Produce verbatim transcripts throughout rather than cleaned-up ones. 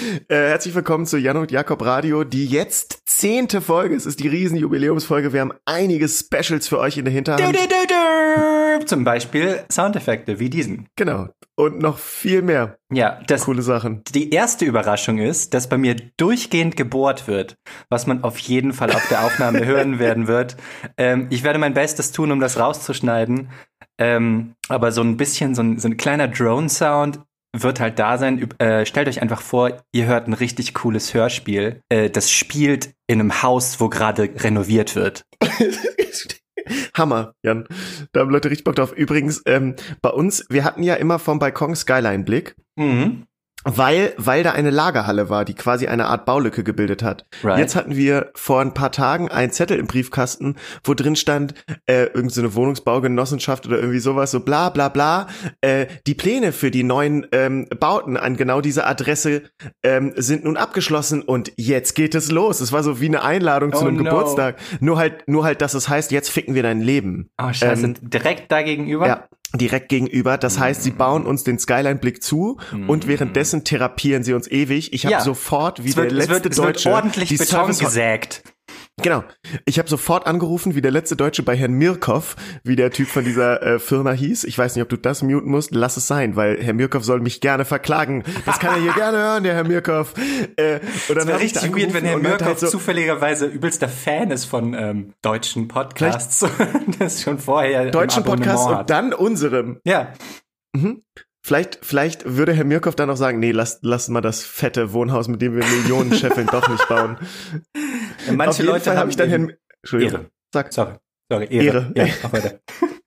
Äh, herzlich willkommen zu Jan und Jakob Radio, die jetzt zehnte Folge. Es ist die riesen Jubiläumsfolge. Wir haben einige Specials für euch in der Hinterhand. Du, du, du, du. Zum Beispiel Soundeffekte wie diesen. Genau. Und noch viel mehr. Ja, das, coole Sachen. Die erste Überraschung ist, dass bei mir durchgehend gebohrt wird, was man auf jeden Fall auf der Aufnahme hören werden wird. Ähm, ich werde mein Bestes tun, um das rauszuschneiden. Ähm, aber so ein bisschen, so ein, so ein kleiner Drone-Sound wird halt da sein. Äh, stellt euch einfach vor, ihr hört ein richtig cooles Hörspiel. Äh, das spielt in einem Haus, wo gerade renoviert wird. Hammer, Jan. Da haben Leute richtig Bock drauf. Übrigens, ähm, bei uns, wir hatten ja immer vom Balkon Skyline-Blick. Mhm. Weil, weil da eine Lagerhalle war, die quasi eine Art Baulücke gebildet hat. Right. Jetzt hatten wir vor ein paar Tagen einen Zettel im Briefkasten, wo drin stand, äh, irgend so eine Wohnungsbaugenossenschaft oder irgendwie sowas, so bla bla bla. Äh, die Pläne für die neuen ähm, Bauten an genau dieser Adresse ähm, sind nun abgeschlossen und jetzt geht es los. Es war so wie eine Einladung oh zu einem no. Geburtstag. Nur halt, nur halt, dass es heißt, jetzt ficken wir dein Leben. Oh scheiße, ähm, direkt da gegenüber? Ja. Direkt gegenüber. Das heißt, sie bauen uns den Skyline-Blick zu mm. und währenddessen therapieren sie uns ewig. Ich habe ja. sofort, wie wird, der letzte es wird, Deutsche... Es wird ordentlich die Beton Service- gesägt. Genau. Ich habe sofort angerufen, wie der letzte Deutsche bei Herrn Mirkov, wie der Typ von dieser äh, Firma hieß. Ich weiß nicht, ob du das muten musst. Lass es sein, weil Herr Mirkov soll mich gerne verklagen. Das kann er hier gerne hören, der Herr Mirkov. Äh, und dann wäre richtig da weird, wenn Herr Mirkov halt so zufälligerweise übelster Fan ist von ähm, deutschen Podcasts. Das ist schon vorher deutschen Podcasts und dann unserem. Ja. Mhm. Vielleicht, vielleicht würde Herr Mirkov dann auch sagen, nee, lass, lass mal das fette Wohnhaus, mit dem wir Millionen scheffeln, doch nicht bauen. Ja, manche Auf jeden Leute Fall haben hab ich dann Herrn, Entschuldigung. Ehre. Sag. Sorry. Sorry, Ehre. Ehre. Ja, mach weiter.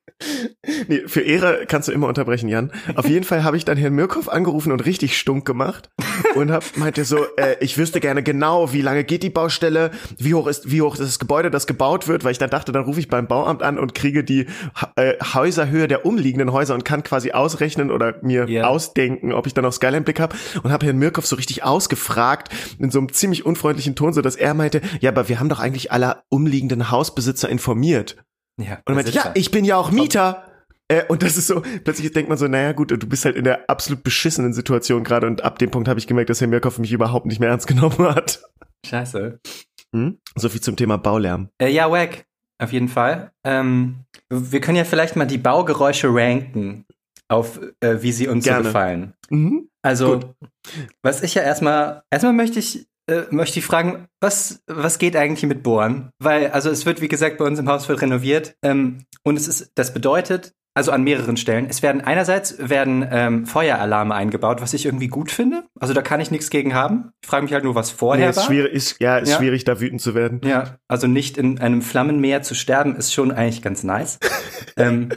Nee, für Ehre kannst du immer unterbrechen, Jan. Auf jeden Fall habe ich dann Herrn Mirkov angerufen und richtig stunk gemacht und hab meinte so, äh, ich wüsste gerne genau, wie lange geht die Baustelle, wie hoch ist wie hoch ist das Gebäude, das gebaut wird, weil ich dann dachte, dann rufe ich beim Bauamt an und kriege die äh, Häuserhöhe der umliegenden Häuser und kann quasi ausrechnen oder mir yeah. ausdenken, ob ich dann auch Skyline-Blick habe und habe Herrn Mirkov so richtig ausgefragt in so einem ziemlich unfreundlichen Ton, so dass er meinte, ja, aber wir haben doch eigentlich alle umliegenden Hausbesitzer informiert. Ja, und er meinte, ja, ich bin ja auch Mieter. Äh, und das ist so, plötzlich denkt man so, naja gut, du bist halt in der absolut beschissenen Situation gerade und ab dem Punkt habe ich gemerkt, dass Herr Mirkov mich überhaupt nicht mehr ernst genommen hat. Scheiße. Hm? So viel zum Thema Baulärm. Äh, ja, wack, auf jeden Fall. Ähm, wir können ja vielleicht mal die Baugeräusche ranken, auf äh, wie sie uns Gerne. so gefallen. Mhm. Also, gut. was ich ja erstmal, erstmal möchte ich Äh, möchte ich fragen, was, was geht eigentlich mit Bohren? Weil, also es wird, wie gesagt, bei uns im Haus wird renoviert ähm, und es ist, das bedeutet, also an mehreren Stellen, es werden einerseits werden ähm, Feueralarme eingebaut, was ich irgendwie gut finde. Also da kann ich nichts gegen haben. Ich frage mich halt nur, was vorher nee, ist war. Schwierig, ist, ja, ist ja. schwierig, da wütend zu werden. Ja, also nicht in einem Flammenmeer zu sterben, ist schon eigentlich ganz nice. ähm,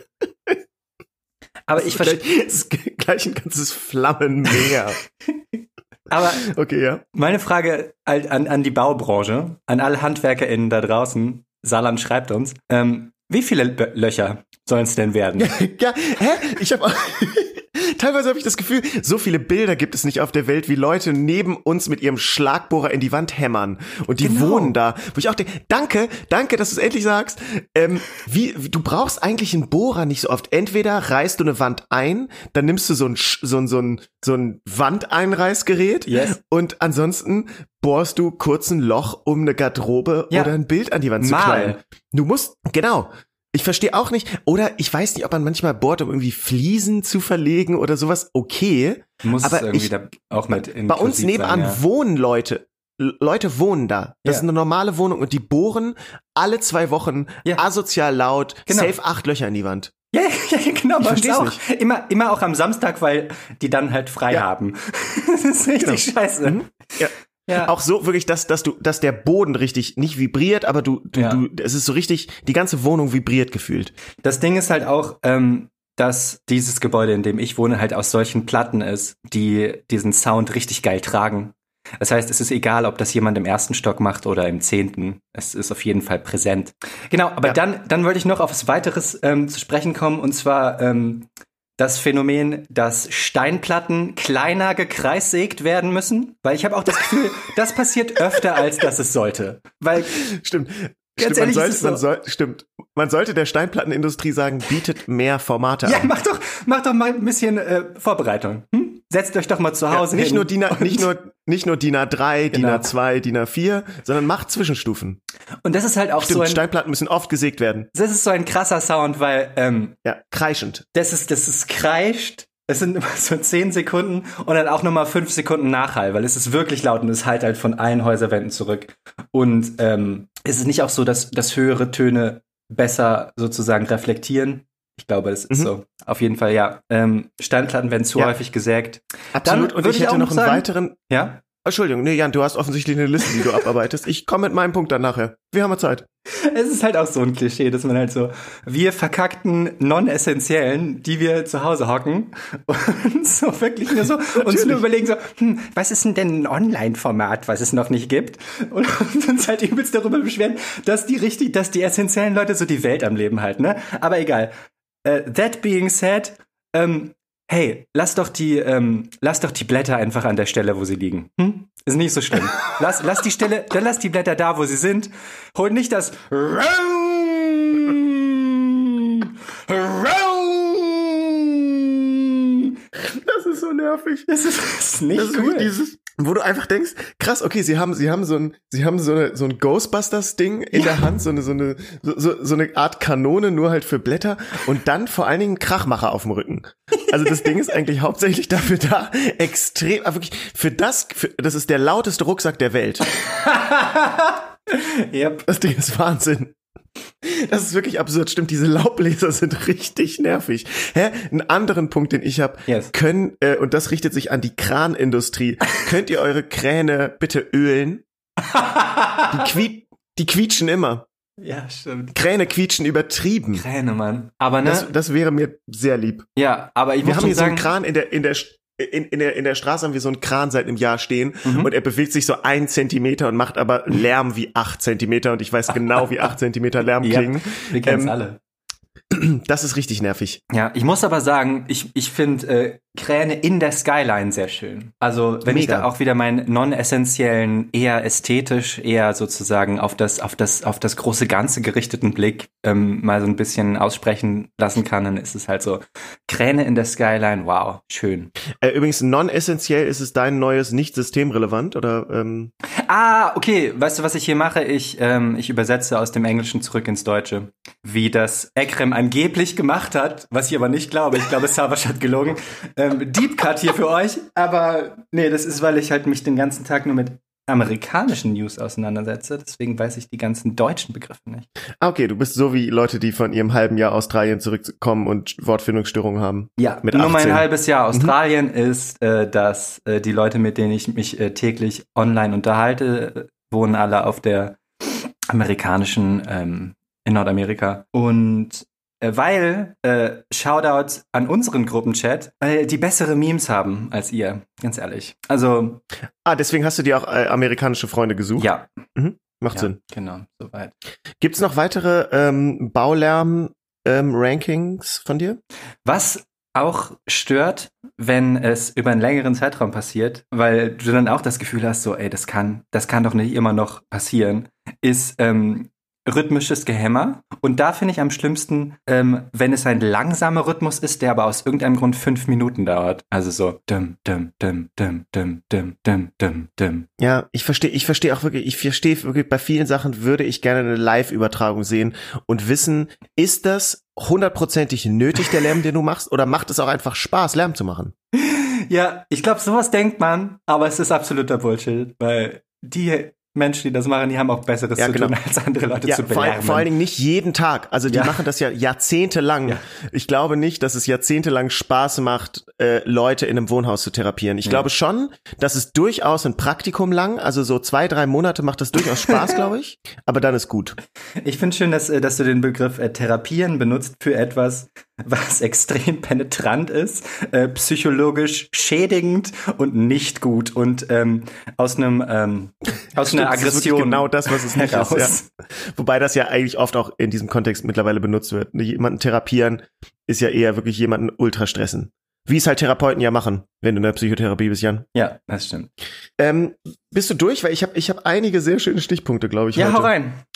aber ich verstehe... Es ist gleich ein ganzes Flammenmeer. Aber okay, ja. Meine Frage an, an die Baubranche, an alle HandwerkerInnen da draußen, Saarland schreibt uns, ähm, wie viele B- Löcher sollen es denn werden? Ja, ja, hä? Ich habe teilweise habe ich das Gefühl, so viele Bilder gibt es nicht auf der Welt, wie Leute neben uns mit ihrem Schlagbohrer in die Wand hämmern. Und die genau. wohnen da. Wo ich auch denke, danke, danke, dass du es endlich sagst. Ähm, wie, du brauchst eigentlich einen Bohrer nicht so oft. Entweder reißt du eine Wand ein, dann nimmst du so ein, so ein, so ein, so ein Wandeinreißgerät. Yes. Und ansonsten bohrst du kurz ein Loch, um eine Garderobe ja. oder ein Bild an die Wand zu Mal. knallen. Du musst, genau. Ich verstehe auch nicht, oder ich weiß nicht, ob man manchmal bohrt, um irgendwie Fliesen zu verlegen oder sowas, okay. Muss aber es irgendwie ich, da auch mit bei uns nebenan sein, ja. wohnen Leute. Leute wohnen da. Das ja. ist eine normale Wohnung und die bohren alle zwei Wochen ja. asozial laut, genau. safe acht Löcher in die Wand. Ja, ja, genau. Ich versteh's auch. nicht. Immer, immer auch am Samstag, weil die dann halt frei ja. haben. Das ist richtig genau. scheiße. Mhm. Ja. Ja. Auch so wirklich, dass, dass du, dass der Boden richtig nicht vibriert, aber du, du, ja. du, es ist so richtig, die ganze Wohnung vibriert gefühlt. Das Ding ist halt auch, ähm, dass dieses Gebäude, in dem ich wohne, halt aus solchen Platten ist, die diesen Sound richtig geil tragen. Das heißt, es ist egal, ob das jemand im ersten Stock macht oder im zehnten. Es ist auf jeden Fall präsent. Genau, aber ja. dann, dann wollte ich noch auf was weiteres ähm, zu sprechen kommen, und zwar ähm, das Phänomen, dass Steinplatten kleiner gekreissägt werden müssen. Weil ich habe auch das Gefühl, das passiert öfter, als dass es sollte. Weil Stimmt. Ganz stimmt, ehrlich, man sollte, ist es so. man soll, stimmt. Man sollte der Steinplattenindustrie sagen, bietet mehr Formate Ja, an. mach doch, mach doch mal ein bisschen äh, Vorbereitung. Hm? setzt euch doch mal zu Hause ja, nicht hin. Nur D I N A, nicht, nur, nicht nur D I N A drei, genau. D I N A zwei, D I N A vier, sondern macht Zwischenstufen. Und das ist halt auch Stimmt, so ein... Steinplatten müssen oft gesägt werden. Das ist so ein krasser Sound, weil... Ähm, ja, kreischend. Das ist, das ist kreischt. Es sind immer so zehn Sekunden und dann auch nochmal fünf Sekunden Nachhall, weil es ist wirklich laut und es hallt halt von allen Häuserwänden zurück. Und ähm, es ist nicht auch so, dass, dass höhere Töne besser sozusagen reflektieren. Ich glaube, das ist mhm. so. Auf jeden Fall, ja. Ähm, Steinplatten werden zu ja. häufig gesägt. Absolut. Dann und ich hätte noch einen sagen, weiteren... Ja? Entschuldigung, nee, Jan, du hast offensichtlich eine Liste, die du abarbeitest. Ich komme mit meinem Punkt dann nachher. Wir haben ja Zeit. Es ist halt auch so ein Klischee, dass man halt so, wir verkackten Non-Essentiellen, die wir zu Hause hocken und so wirklich nur so uns nur überlegen so, hm, was ist denn denn ein Online-Format, was es noch nicht gibt? Und uns halt übelst darüber beschweren, dass die richtig, dass die essentiellen Leute so die Welt am Leben halten, ne? Aber egal. Uh, that being said, ähm, hey, lass doch die, ähm, lass doch die Blätter einfach an der Stelle, wo sie liegen. Hm? Ist nicht so schlimm. Lass, lass die Stelle, dann lass die Blätter da, wo sie sind. Hol nicht das Das ist so nervig. Das ist, das ist nicht das ist cool. Dieses, wo du einfach denkst, krass, okay, sie haben, sie haben so ein, sie haben so eine, so ein Ghostbusters-Ding in ja. der Hand, so eine, so eine, so, so eine Art Kanone, nur halt für Blätter und dann vor allen Dingen Krachmacher auf dem Rücken. Also das Ding ist eigentlich hauptsächlich dafür da, extrem, wirklich, für das, für, das ist der lauteste Rucksack der Welt. Yep. Das Ding ist Wahnsinn. Das ist wirklich absurd. Stimmt, diese Laubbläser sind richtig nervig. Hä? Einen anderen Punkt, den ich habe, yes. können, äh, und das richtet sich an die Kranindustrie, könnt ihr eure Kräne bitte ölen? Die, quiet, die quietschen immer. Ja, stimmt. Kräne quietschen übertrieben. Kräne, Mann. Aber ne? Das, das wäre mir sehr lieb. Ja, aber ich Wir muss haben hier sagen, so einen Kran in der, in der, In, in, der, in der Straße haben wir so einen Kran seit einem Jahr stehen mhm. und er bewegt sich so ein Zentimeter und macht aber Lärm wie acht Zentimeter und ich weiß genau, wie acht Zentimeter Lärm klingen. Ja, wir kennen's ähm, alle. Das ist richtig nervig. Ja, ich muss aber sagen, ich, ich finde äh, Kräne in der Skyline sehr schön. Also wenn Mega. ich da auch wieder meinen non-essentiellen, eher ästhetisch, eher sozusagen auf das, auf das, auf das große Ganze gerichteten Blick ähm, mal so ein bisschen aussprechen lassen kann, dann ist es halt so, Kräne in der Skyline, wow, schön. Äh, übrigens, non-essentiell ist es dein neues, nicht systemrelevant, oder? Ähm? Ah, okay, weißt du, was ich hier mache? Ich, ähm, ich übersetze aus dem Englischen zurück ins Deutsche, wie das Ekrem angeblich gemacht hat, was ich aber nicht glaube. Ich glaube, Savas hat gelogen. Ähm, Deep Cut hier für euch. Aber nee, das ist, weil ich halt mich den ganzen Tag nur mit amerikanischen News auseinandersetze. Deswegen weiß ich die ganzen deutschen Begriffe nicht. Ah, okay, du bist so wie Leute, die von ihrem halben Jahr Australien zurückkommen und Wortfindungsstörungen haben. Ja, mit nur achtzehn. mein halbes Jahr Australien mhm. ist, äh, dass äh, die Leute, mit denen ich mich äh, täglich online unterhalte, äh, wohnen alle auf der amerikanischen, ähm, in Nordamerika. Und weil, äh, Shoutouts an unseren Gruppenchat, weil die bessere Memes haben als ihr, ganz ehrlich. Also. Ah, deswegen hast du dir auch äh, amerikanische Freunde gesucht? Ja. Mhm. Macht ja, Sinn. Genau, soweit. Gibt's noch weitere ähm, Baulärm-Rankings ähm, von dir? Was auch stört, wenn es über einen längeren Zeitraum passiert, weil du dann auch das Gefühl hast, so, ey, das kann, das kann doch nicht immer noch passieren, ist, ähm, rhythmisches Gehämmer. Und da finde ich am schlimmsten, ähm, wenn es ein langsamer Rhythmus ist, der aber aus irgendeinem Grund fünf Minuten dauert. Also so dum, dum, dum, dum, dum, dum, dum, dum, dum. Ja, ich verstehe, ich verstehe auch wirklich, ich verstehe wirklich, bei vielen Sachen würde ich gerne eine Live-Übertragung sehen und wissen, ist das hundertprozentig nötig, der Lärm, den du machst, oder macht es auch einfach Spaß, Lärm zu machen? Ja, ich glaube, sowas denkt man, aber es ist absoluter Bullshit, weil die Menschen, die das machen, die haben auch Besseres ja, zu genau. tun, als andere Leute ja, zu belärmen. Vor, vor allen Dingen nicht jeden Tag. Also die ja. machen das ja jahrzehntelang. Ja. Ich glaube nicht, dass es jahrzehntelang Spaß macht, äh, Leute in einem Wohnhaus zu therapieren. Ich ja. glaube schon, dass es durchaus ein Praktikum lang, also so zwei, drei Monate macht das durchaus Spaß, glaube ich. Aber dann ist gut. Ich finde schön, dass, dass du den Begriff äh, therapieren benutzt für etwas, was extrem penetrant ist, äh, psychologisch schädigend und nicht gut und ähm, aus einem ähm, aus einer Aggression. Das ist genau das, was es nicht heraus. ist. Ja. Wobei das ja eigentlich oft auch in diesem Kontext mittlerweile benutzt wird. Jemanden therapieren ist ja eher wirklich jemanden ultra stressen. Wie es halt Therapeuten ja machen, wenn du in der Psychotherapie bist, Jan. Ja, das stimmt. Ähm, bist du durch? Weil ich habe ich hab einige sehr schöne Stichpunkte, glaube ich. Ja, heute. hau rein.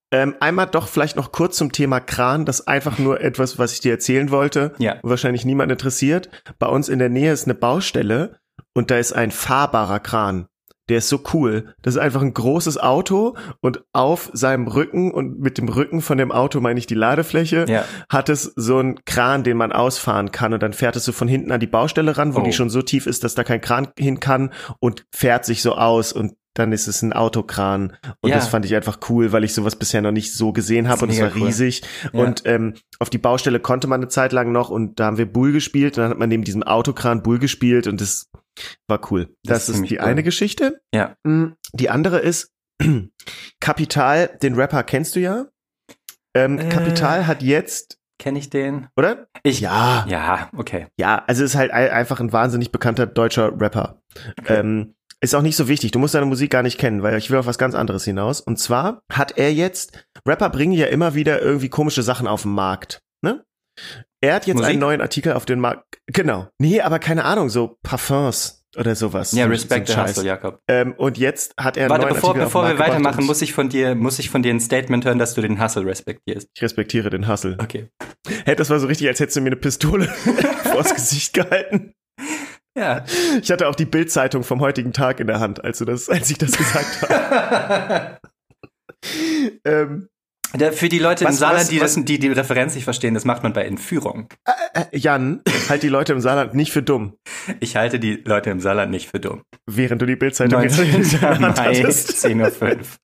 Ähm, einmal doch vielleicht noch kurz zum Thema Kran. Das ist einfach nur etwas, was ich dir erzählen wollte. Ja. Wahrscheinlich niemand interessiert. Bei uns in der Nähe ist eine Baustelle und da ist ein fahrbarer Kran. Der ist so cool. Das ist einfach ein großes Auto und auf seinem Rücken und mit dem Rücken von dem Auto, meine ich die Ladefläche, Ja. hat es so einen Kran, den man ausfahren kann und dann fährt es so von hinten an die Baustelle ran, wo Oh. die schon so tief ist, dass da kein Kran hin kann und fährt sich so aus und dann ist es ein Autokran und Ja. das fand ich einfach cool, weil ich sowas bisher noch nicht so gesehen habe und es mega war cool. riesig Ja. und ähm, auf die Baustelle konnte man eine Zeit lang noch und da haben wir Bull gespielt und dann hat man neben diesem Autokran Bull gespielt und das war cool. Das Das, ist ist ziemlich die cool. eine Geschichte. Ja. Mm, Die andere ist Kapital, den Rapper kennst du ja. Ähm, Äh. Kapital hat jetzt, Kenne ich den? oder? Ich. Ja, Ja, okay. ja, also ist halt ein- einfach ein wahnsinnig bekannter deutscher Rapper. Ähm, ist auch nicht so wichtig, du musst seine Musik gar nicht kennen, weil ich will auf was ganz anderes hinaus. Und zwar hat er jetzt, Rapper bringen ja immer wieder irgendwie komische Sachen auf den Markt, ne? Er hat jetzt Musik? einen neuen Artikel auf den Markt, genau. Nee, aber keine Ahnung, so Parfums oder sowas. Ja, So- Respekt, so der ein Hustle, Scheiß. Jakob. Ähm, und jetzt hat er einen Warte, neuen bevor, Artikel bevor auf wir den Markt gebracht weitermachen, und muss ich von dir, muss ich von dir ein Statement hören, dass du den Hustle respektierst. ich respektiere den Hustle. Okay. Hey, das war so richtig, als hättest du mir eine Pistole vors Gesicht gehalten. Ja. Ich hatte auch die Bild-Zeitung vom heutigen Tag in der Hand, als du das, als ich das gesagt habe. ähm, Der, für die Leute im Was- Saarland, was- die, was- das, die die Referenz nicht verstehen, das macht man bei Entführung. äh, Jan, halt die Leute im Saarland nicht für dumm, Ich halte die Leute im Saarland nicht für dumm. während du die Bild-Zeitung gerade in neunzehnten der Hand Mai, hattest. zehn Uhr fünf.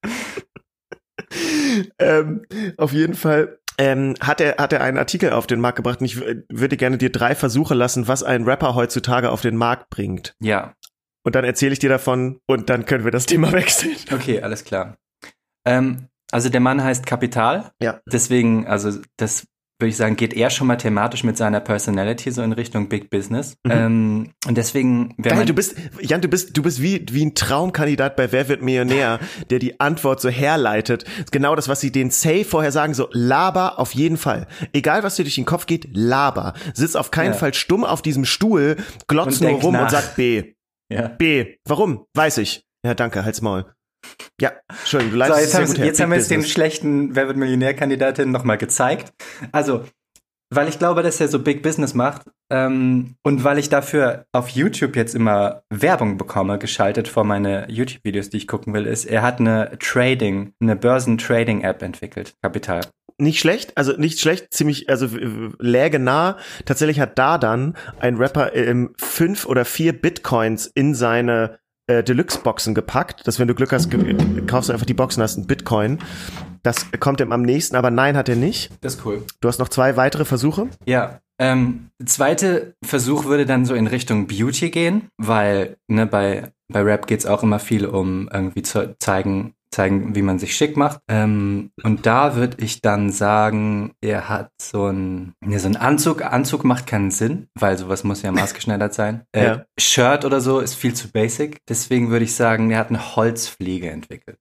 ähm, auf jeden Fall ähm, hat er hat er einen Artikel auf den Markt gebracht und ich w- würde gerne dir drei Versuche lassen, was ein Rapper heutzutage auf den Markt bringt. Ja, Und dann erzähle ich dir davon und dann können wir das Thema wechseln. okay, alles klar. Ähm, also der Mann heißt Kapital. Ja. Deswegen, also das würde ich sagen, geht er schon mal thematisch mit seiner Personality so in Richtung Big Business. Mhm. Ähm, und deswegen, wenn Geil, man, du bist, Jan, du bist, du bist wie, wie ein Traumkandidat bei Wer wird Millionär, der die Antwort so herleitet. Genau das, was sie den Safe vorher sagen, so laber auf jeden Fall. Egal, was dir durch den Kopf geht, laber. Sitz auf keinen Ja. Fall stumm auf diesem Stuhl, glotz Und nur denk rum nach. und sag B. ja. B. Warum? Weiß ich. Ja, danke, halt's Maul. Ja, Entschuldigung, du So, leitest es jetzt sehr haben, gut sie- her. jetzt haben wir Big jetzt den Business. schlechten Wer wird Millionär-Kandidatin nochmal gezeigt. Also, weil ich glaube, dass er so Big Business macht ähm, und weil ich dafür auf YouTube jetzt immer Werbung bekomme, geschaltet vor meine YouTube-Videos, die ich gucken will, ist, er hat eine Trading, eine Börsen-Trading-App entwickelt, Kapital. Nicht schlecht, also nicht schlecht, ziemlich, also äh, läge nah. Tatsächlich hat da dann ein Rapper ähm, fünf oder vier Bitcoins in seine äh, Deluxe-Boxen gepackt, dass wenn du Glück hast, ge- kaufst du einfach die Boxen, hast einen Bitcoin. Das kommt ihm am nächsten, aber nein, hat er nicht. Das ist cool. Du hast noch zwei weitere Versuche. Ja, ähm, zweite Versuch würde dann so in Richtung Beauty gehen, weil ne, bei, bei Rap geht's auch immer viel um irgendwie zu zeigen, zeigen, wie man sich schick macht. Ähm, und da würde ich dann sagen, er hat so ein, ne, so ein Anzug. Anzug macht keinen Sinn, weil sowas muss ja maßgeschneidert sein. Äh, Ja. Shirt oder so ist viel zu basic. Deswegen würde ich sagen, er hat eine Holzfliege entwickelt.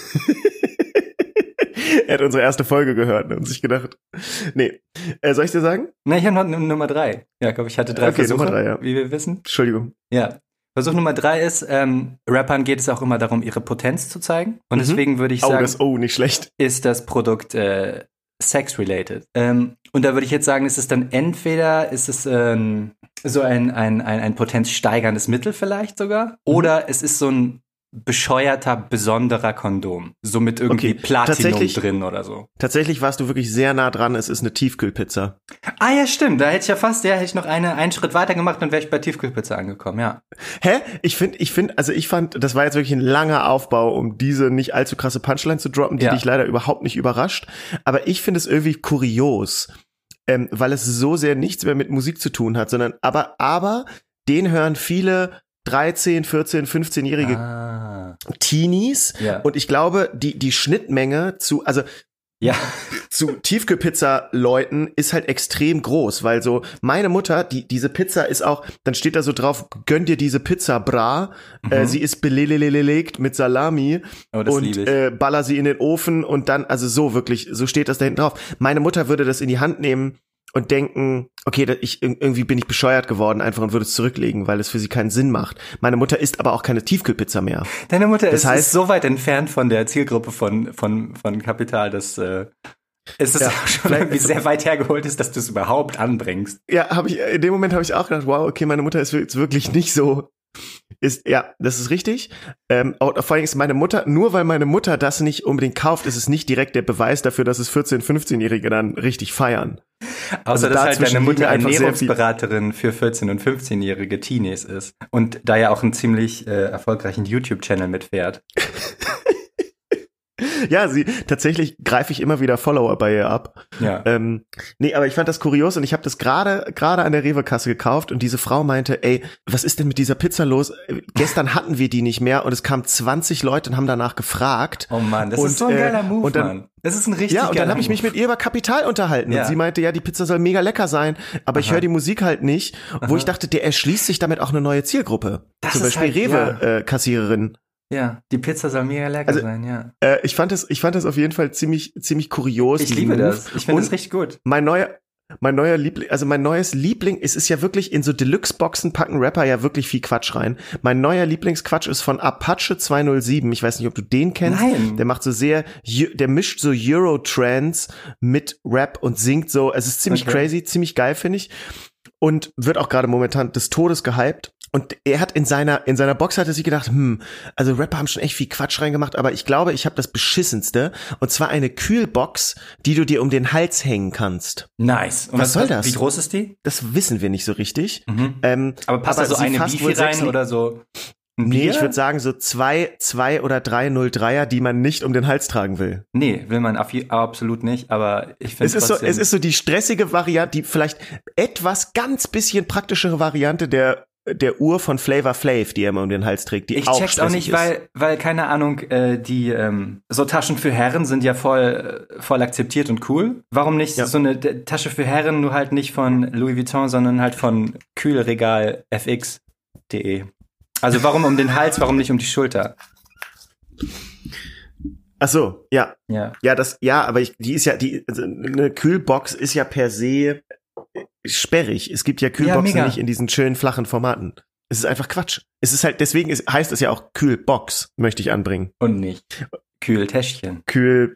Er hat unsere erste Folge gehört und sich gedacht, nee. Äh, soll ich dir sagen? Na, ich habe noch N- Nummer drei. Jakob, ich hatte drei Okay, Versuche, Nummer drei, ja. wie wir wissen. Entschuldigung. Ja. Versuch Nummer drei ist, ähm, Rappern geht es auch immer darum, ihre Potenz zu zeigen. Und Mhm. deswegen würde ich Oh, sagen, das, oh, nicht schlecht. ist das Produkt äh, sex-related. Ähm, und da würde ich jetzt sagen, ist es dann entweder, ist es ähm, so ein, ein, ein, ein potenzsteigerndes Mittel vielleicht sogar, oder es ist so ein bescheuerter, besonderer Kondom. So mit irgendwie Okay, Platinum tatsächlich- drin oder so. Tatsächlich warst du wirklich sehr nah dran, es ist eine Tiefkühlpizza. Ah ja, stimmt. Da hätte ich ja fast, ja, hätte ich noch eine, einen Schritt weiter gemacht und wäre ich bei Tiefkühlpizza angekommen, ja. Hä? Ich finde, ich finde, also ich fand, das war jetzt wirklich ein langer Aufbau, um diese nicht allzu krasse Punchline zu droppen, die Ja. dich leider überhaupt nicht überrascht. Aber ich finde es irgendwie kurios, ähm, weil es so sehr nichts mehr mit Musik zu tun hat, sondern, aber, aber, den hören viele dreizehn, vierzehn, fünfzehnjährige Ah. Teenies. Ja. Und ich glaube, die, die Schnittmenge zu, also, Ja. zu Tiefkühlpizza-Leuten ist halt extrem groß, weil so meine Mutter, die diese Pizza ist auch, dann steht da so drauf, gönn dir diese Pizza, bra. Mhm. Äh, sie ist belelelelegt mit Salami Oh, das und liebe ich. äh, baller sie in den Ofen und dann, also so wirklich, so steht das da hinten drauf. Meine Mutter würde das in die Hand nehmen und denken, okay, da- ich irgendwie bin ich bescheuert geworden einfach und würde es zurücklegen, weil es für sie keinen Sinn macht. Meine Mutter isst aber auch keine Tiefkühlpizza mehr. Deine Mutter Das ist, heißt- ist so weit entfernt von der Zielgruppe von, von, von Kapital, dass äh, es ist Ja, auch schon vielleicht- irgendwie sehr weit hergeholt ist, dass du es überhaupt anbringst. Ja, habe ich in dem Moment habe ich auch gedacht, wow, okay, meine Mutter ist jetzt wirklich nicht so ist ja, das ist richtig. Ähm, auch, vor allem ist meine Mutter, nur weil meine Mutter das nicht unbedingt kauft, ist es nicht direkt der Beweis dafür, dass es vierzehn-, fünfzehnjährige dann richtig feiern. Außer Also dass halt dazwischen deine Mutter liegen einfach sehr viel- Ernährungsberaterin für vierzehn- und fünfzehnjährige Teenies ist und da ja auch einen ziemlich äh, erfolgreichen YouTube-Channel mitfährt. Ja, sie tatsächlich greife ich immer wieder Follower bei ihr ab. Ja. Ähm, nee, aber ich fand das kurios und ich habe das gerade gerade an der Rewe-Kasse gekauft und diese Frau meinte, ey, was ist denn mit dieser Pizza los? Äh, Gestern hatten wir die nicht mehr und es kamen zwanzig Leute und haben danach gefragt. Oh Mann, das Und, ist so ein äh, geiler Move, und dann- Mann. Das ist ein richtig Ja, und geiler dann habe ich mich Move. mit ihr über Kapital unterhalten Ja. und sie meinte, ja, die Pizza soll mega lecker sein, aber ich Aha. höre die Musik halt nicht, wo Aha. ich dachte, der erschließt sich damit auch eine neue Zielgruppe. Das Zum ist Beispiel halt- Rewe-Kassiererin. Ja, die Pizza soll mega lecker Also, sein, ja. Äh, ich fand das, ich fand das auf jeden Fall ziemlich, ziemlich kurios. Ich diesen liebe Move. das. Ich finde Und das richtig gut. Mein neuer, mein neuer Liebling, also mein neues Liebling, es ist ja wirklich in so Deluxe-Boxen packen Rapper ja wirklich viel Quatsch rein. Mein neuer Lieblingsquatsch ist von Apache zweihundertsieben. Ich weiß nicht, ob du den kennst. Nein. Der macht so sehr, der mischt so Euro-Trance mit Rap und singt so. Es ist ziemlich Okay. crazy, ziemlich geil, finde ich. Und wird auch gerade momentan des Todes gehypt. Und er hat in seiner, in seiner Box hatte sich gedacht, hm, also Rapper haben schon echt viel Quatsch reingemacht, aber ich glaube, ich habe das Beschissenste. Und zwar eine Kühlbox, die du dir um den Hals hängen kannst. Nice. Und Was soll das? Wie groß ist die? Das wissen wir nicht so richtig. Mhm. Ähm, Aber passt da so sie eine fasst Beefy wohl sechs rein Li- oder so ein Nee, Bier? ich würde sagen so zwei, zwei oder drei null dreier, die man nicht um den Hals tragen will. Nee, will man auf, absolut nicht, aber ich finde Es ist so, es ist so die stressige Variante, die vielleicht etwas ganz bisschen praktischere Variante der der Uhr von Flavor Flav, die er immer um den Hals trägt, die Ich auch check's auch stressig nicht, ist. weil, weil, keine Ahnung, äh, die ähm, so Taschen für Herren sind ja voll, äh, voll akzeptiert und cool. Warum nicht Ja. so eine D- Tasche für Herren, nur halt nicht von Louis Vuitton, sondern halt von Kühlregal f x punkt de. Also warum um den Hals, warum nicht um die Schulter? Ach so, ja. Ja. Ja, das, ja, aber ich, die ist ja, die, also eine Kühlbox ist ja per se sperrig. Es gibt ja Kühlboxen mega. nicht in diesen schönen flachen Formaten. Es ist einfach Quatsch. Es ist halt, deswegen ist, heißt es ja auch Kühlbox, möchte ich anbringen. Und nicht Kühltäschchen. Kühl.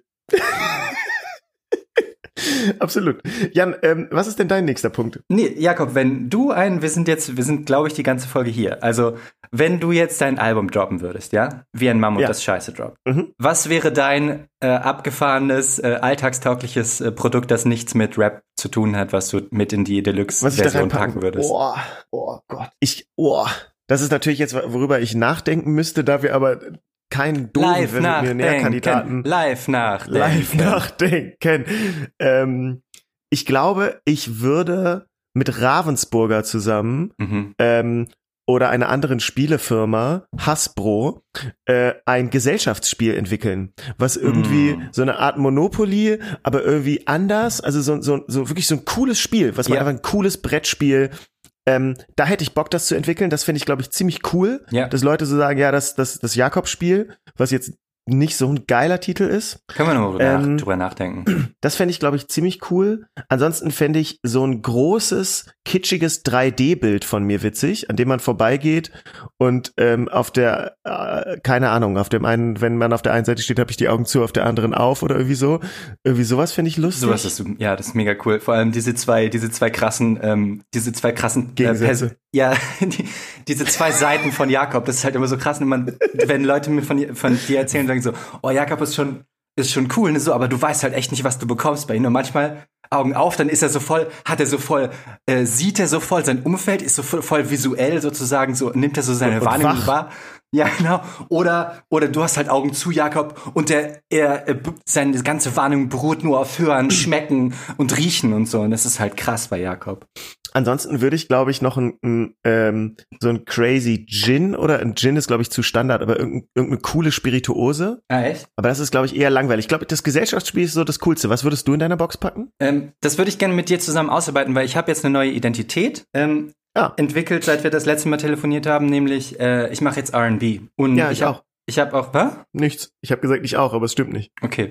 Absolut. Jan, ähm, was ist denn dein nächster Punkt? Nee, Jakob, wenn du ein, wir sind jetzt, wir sind, glaube ich, die ganze Folge hier. Also, wenn du jetzt dein Album droppen würdest, ja? Wie ein Mammut Ja. das Scheiße droppt. Mhm. Was wäre dein äh, abgefahrenes, äh, alltagstaugliches äh, Produkt, das nichts mit Rap zu tun hat, was du mit in die Was ich da Deluxe-Version reinpacken packen würdest? Oh, oh Gott. Ich, oh. Das ist natürlich jetzt, worüber ich nachdenken müsste, da wir aber keinen Live doofen Millionärkandidaten nachdenken. Live nachdenken. live nachdenken. Ähm, ich glaube, ich würde mit Ravensburger zusammen Mhm. ähm, oder einer anderen Spielefirma, Hasbro, äh, ein Gesellschaftsspiel entwickeln, was irgendwie Mm. so eine Art Monopoly, aber irgendwie anders, also so, so, so wirklich so ein cooles Spiel, was man Ja. einfach ein cooles Brettspiel, ähm, da hätte ich Bock, das zu entwickeln, das finde ich, glaube ich, ziemlich cool, Ja. dass Leute so sagen, ja, das, das, das Jakob-Spiel, was jetzt nicht so ein geiler Titel ist, Können wir nochmal drüber, Ähm, nach, drüber nachdenken. das fände ich, glaube ich, ziemlich cool. Ansonsten fände ich so ein großes, kitschiges drei D-Bild von mir witzig, an dem man vorbeigeht und ähm, auf der, äh, keine Ahnung, auf dem einen, wenn man auf der einen Seite steht, habe ich die Augen zu, auf der anderen auf oder irgendwie so. Irgendwie sowas finde ich lustig. Sowas ist, ja, das ist mega cool. Vor allem diese zwei, diese zwei krassen, ähm, diese zwei krassen Gegensätze. Äh, Pers- ja, die, diese zwei Seiten von Jakob, das ist halt immer so krass, wenn man, wenn Leute mir von, von dir erzählen, sagen so, oh, Jakob ist schon, ist schon cool, ne, so, aber du weißt halt echt nicht, was du bekommst bei ihm. Und manchmal Augen auf, dann ist er so voll, hat er so voll, äh, sieht er so voll, sein Umfeld ist so voll, voll visuell sozusagen, so nimmt er so seine Und- und Wahrnehmung wach. wahr. Ja, genau. Oder, oder du hast halt Augen zu, Jakob, und der, er, äh, b- seine ganze Wahrnehmung beruht nur auf Hören, Schmecken und Riechen und so. Und das ist halt krass bei Jakob. Ansonsten würde ich, glaube ich, noch ein, ein ähm, so ein crazy Gin oder ein Gin ist, glaube ich, zu Standard, aber irgendein, irgendeine coole Spirituose. Ah, echt? Aber das ist, glaube ich, eher langweilig. Ich glaube, das Gesellschaftsspiel ist so das Coolste. Was würdest du in deiner Box packen? Ähm, das würde ich gerne mit dir zusammen ausarbeiten, weil ich habe jetzt eine neue Identität ähm, Ah. entwickelt, seit wir das letzte Mal telefoniert haben, nämlich äh, ich mache jetzt R and B. Und Ja, ich ich habe auch. ich habe auch, was? Nichts. Ich habe gesagt, ich auch, aber es stimmt nicht. Okay.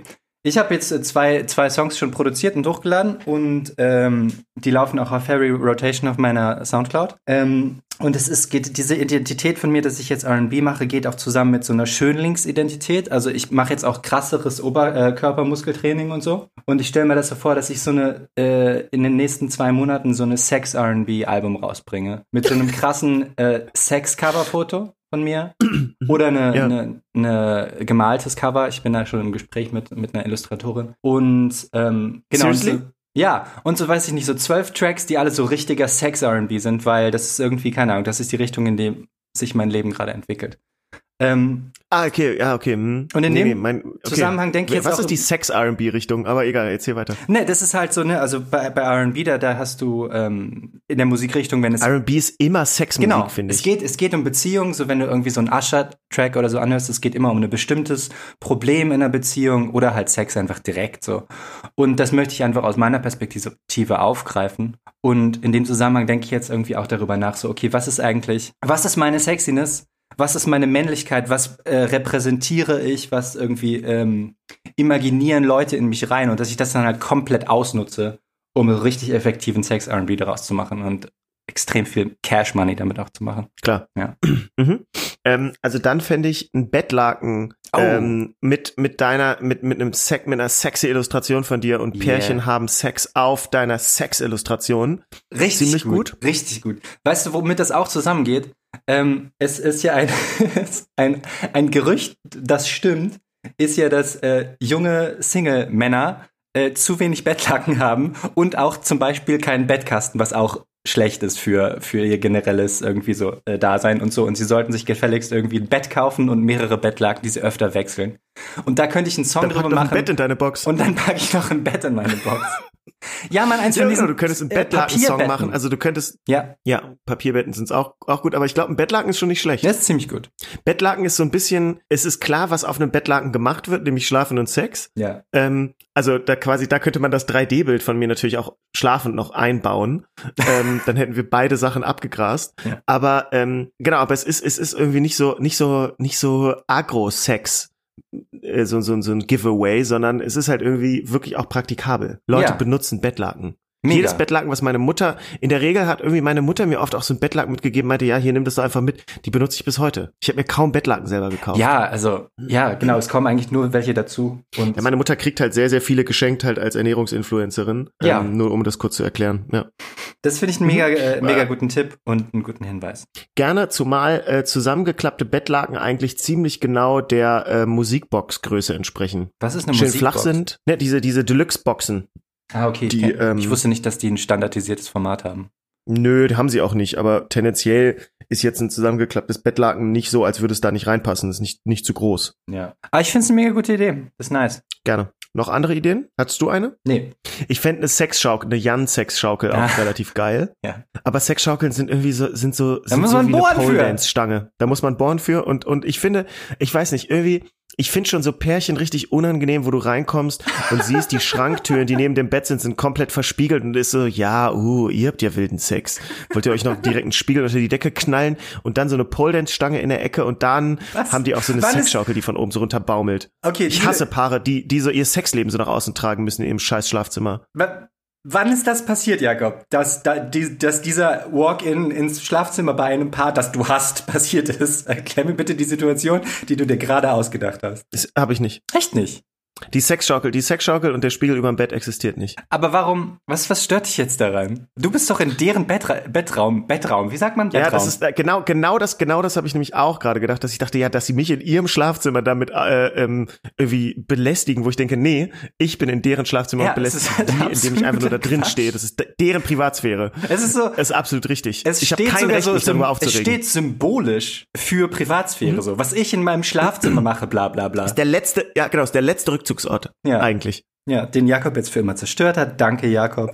Ich habe jetzt zwei, zwei Songs schon produziert und hochgeladen und ähm, die laufen auch auf Heavy Rotation auf meiner Soundcloud. Ähm, und es ist, geht, diese Identität von mir, dass ich jetzt R and B mache, geht auch zusammen mit so einer Schönlingsidentität. Also ich mache jetzt auch krasseres Oberkörpermuskeltraining und so. Und ich stelle mir das so vor, dass ich so eine äh, in den nächsten zwei Monaten so eine Sex-R and B-Album rausbringe. Mit so einem krassen äh, Sex-Cover-Foto von mir oder eine, Ja. eine, eine gemaltes Cover. Ich bin da schon im Gespräch mit, mit einer Illustratorin. Und ähm, genau. Und Seriously? so, ja, und so weiß ich nicht, so zwölf Tracks, die alle so richtiger Sex-R and B sind, weil das ist irgendwie, keine Ahnung, das ist die Richtung, in der sich mein Leben gerade entwickelt. Ähm, Ah, okay, ja, okay. Hm. Und in Nee, dem nee, mein, okay. Zusammenhang denke ich jetzt Was auch- ist die Sex-R and B-Richtung? Aber egal, erzähl weiter. ne, das ist halt so, ne, also bei, bei R and B, da, da hast du ähm, in der Musikrichtung, wenn es R and B ist immer Sexmusik, Genau, finde es ich. geht, es geht um Beziehungen, so wenn du irgendwie so einen Usher-Track oder so anhörst, es geht immer um ein bestimmtes Problem in einer Beziehung oder halt Sex einfach direkt so. Und das möchte ich einfach aus meiner Perspektive aufgreifen. Und in dem Zusammenhang denke ich jetzt irgendwie auch darüber nach, so, okay, was ist eigentlich, was ist meine Sexiness? Was ist meine Männlichkeit? Was äh, repräsentiere ich? Was irgendwie ähm, imaginieren Leute in mich rein? Und dass ich das dann halt komplett ausnutze, um richtig effektiven Sex-R and B daraus zu machen und extrem viel Cash-Money damit auch zu machen. Klar. Ja. Mhm. Ähm, also dann fände ich ein Bettlaken Oh. ähm, mit mit deiner mit mit einem Sex mit einer sexy Illustration von dir und Pärchen Yeah. haben Sex auf deiner Sex-Illustration. Richtig Ziemlich gut. gut. Richtig gut. Weißt du, womit das auch zusammengeht? Ähm, es ist ja ein, ein, ein Gerücht, das stimmt, ist ja, dass äh, junge Single-Männer äh, zu wenig Bettlaken haben und auch zum Beispiel keinen Bettkasten, was auch schlecht ist für, für ihr generelles irgendwie so äh, Dasein und so. Und sie sollten sich gefälligst irgendwie ein Bett kaufen und mehrere Bettlaken, die sie öfter wechseln. Und da könnte ich einen Song Dann pack drüber doch ein machen. Bett in deine Box. Und dann packe ich noch ein Bett in meine Box. Ja, man, eins Ja, von genau, diesen du könntest einen äh, Bettlaken-Song Papierbetten. machen. Also du könntest, Ja, ja, Papierbetten sind auch auch gut, aber ich glaube, ein Bettlaken ist schon nicht schlecht. das ist ziemlich gut. Bettlaken ist so ein bisschen, es ist klar, was auf einem Bettlaken gemacht wird, nämlich Schlafen und Sex. Ja. Ähm, also da quasi, da könnte man das drei D-Bild von mir natürlich auch schlafend noch einbauen. ähm, dann hätten wir beide Sachen abgegrast. Ja. Aber ähm, genau, aber es ist, es ist irgendwie nicht so, nicht so, nicht so Agro-Sex. äh, So, so, so ein Giveaway, sondern es ist halt irgendwie wirklich auch praktikabel. Leute Ja. benutzen Bettlaken. Mega. Jedes Bettlaken, was meine Mutter, in der Regel hat irgendwie meine Mutter mir oft auch so ein Bettlaken mitgegeben, meinte, ja, hier, nimm das doch einfach mit. Die benutze ich bis heute. Ich habe mir kaum Bettlaken selber gekauft. Ja, also, ja, genau, es kommen eigentlich nur welche dazu. Und Ja, meine Mutter kriegt halt sehr, sehr viele geschenkt halt als Ernährungsinfluencerin. Ja. Ähm, nur um das kurz zu erklären. Ja. das finde ich einen mega, äh, mega guten Tipp und einen guten Hinweis. Gerne, zumal äh, zusammengeklappte Bettlaken eigentlich ziemlich genau der äh, Musikbox-Größe entsprechen. Was ist eine Schön Musikbox? flach sind. Ne, diese, diese Deluxe-Boxen. Ah, okay. Die, ich, kenn, ähm, ich wusste nicht, dass die ein standardisiertes Format haben. Nö, die haben sie auch nicht, aber tendenziell ist jetzt ein zusammengeklapptes Bettlaken nicht so, als würde es da nicht reinpassen. Das ist nicht, nicht zu groß. Ja. Aber ich finde es eine mega gute Idee. Das ist nice. Gerne. Noch andere Ideen? Hattest du eine? Nee. Ich fände eine Sexschaukel, eine Jan-Sexschaukel auch Ah. relativ geil. Ja. Aber Sexschaukeln sind irgendwie so, sind so, sind muss so man wie eine bohren für. Pole-Dance-Stange. Da muss man bohren für und, und ich finde, ich weiß nicht, irgendwie, ich finde schon so Pärchen richtig unangenehm, wo du reinkommst und siehst, die Schranktüren, die neben dem Bett sind, sind komplett verspiegelt und ist so, ja, uh, ihr habt ja wilden Sex. Wollt ihr euch noch direkt einen Spiegel unter die Decke knallen und dann so eine Pole-Dance-Stange in der Ecke und dann Was? haben die auch so eine Wann ist- Sexschaukel, die von oben so runter baumelt. Okay, Ich hasse Paare, die, die so ihr Sexleben so nach außen tragen müssen in ihrem scheiß Schlafzimmer. W wann ist das passiert, Jakob? Dass, da, die, dass dieser Walk-in ins Schlafzimmer bei einem Paar, das du hast, passiert ist? Erklär mir bitte die Situation, die du dir gerade ausgedacht hast. Das habe ich nicht. Echt nicht? Die Sexschaukel, die Sexschaukel und der Spiegel über dem Bett existiert nicht. Aber warum, was, was stört dich jetzt daran? Du bist doch in deren Bettra Bettraum, Bettraum, wie sagt man Bettraum? Ja, das ist äh, genau, genau das, genau das habe ich nämlich auch gerade gedacht, dass ich dachte, ja, dass sie mich in ihrem Schlafzimmer damit äh, ähm, irgendwie belästigen, wo ich denke, nee, ich bin in deren Schlafzimmer Ja, und es ist belästige halt die, indem ich absoluter einfach nur da drin Quatsch. stehe. Das ist de deren Privatsphäre. Es ist so, Das ist absolut richtig. es ich habe steht kein sogar Recht, so, mich darüber sym- es aufzuregen. steht symbolisch für Privatsphäre, so. Was ich in meinem Schlafzimmer mache, bla, bla, bla. Der letzte, ja genau, ist der letzte Rückzugsort. Ja. Eigentlich. Ja, den Jakob jetzt für immer zerstört hat. Danke, Jakob.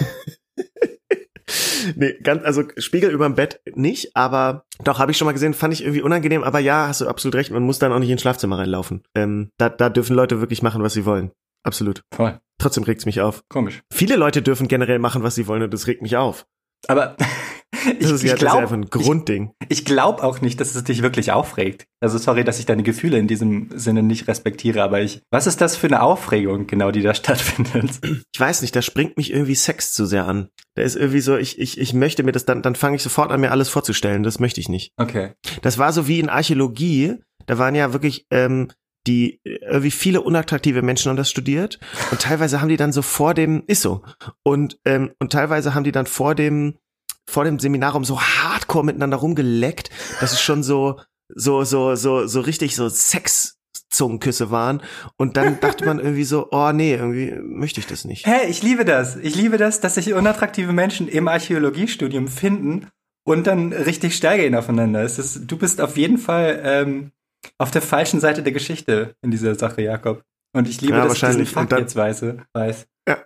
Nee, ganz, also Spiegel überm Bett nicht, aber doch, habe ich schon mal gesehen, fand ich irgendwie unangenehm, aber ja, hast du absolut recht, man muss dann auch nicht ins Schlafzimmer reinlaufen. Ähm, da, da dürfen Leute wirklich machen, was sie wollen. Absolut. Voll. Trotzdem regt's mich auf. Komisch. Viele Leute dürfen generell machen, was sie wollen und das regt mich auf. Aber Das ist ich, ja, ich das ist ja glaub, einfach ein Grundding. Ich, ich glaube auch nicht, dass es dich wirklich aufregt. Also sorry, dass ich deine Gefühle in diesem Sinne nicht respektiere, aber ich, was ist das für eine Aufregung genau, die da stattfindet? Ich weiß nicht, da springt mich irgendwie Sex zu sehr an. Da ist irgendwie so, ich, ich, ich möchte mir das dann, dann fange ich sofort an, mir alles vorzustellen. Das möchte ich nicht. Okay. Das war so wie in Archäologie. Da waren ja wirklich, ähm, die irgendwie viele unattraktive Menschen haben das studiert und teilweise haben die dann so vor dem, ist so, und ähm, und teilweise haben die dann vor dem vor dem Seminarraum so hardcore miteinander rumgeleckt, dass es schon so so so so so richtig so Sex-Zungenküsse waren und dann dachte man irgendwie so, oh nee, irgendwie möchte ich das nicht. Hä, hey, ich liebe das. Ich liebe das, dass sich unattraktive Menschen im Archäologiestudium finden und dann richtig steil gehen aufeinander. Es ist, du bist auf jeden Fall ähm, auf der falschen Seite der Geschichte in dieser Sache, Jakob. Und ich liebe, ja, dass ich diesen Fakt dann, jetzt weiß. weiß. Ja.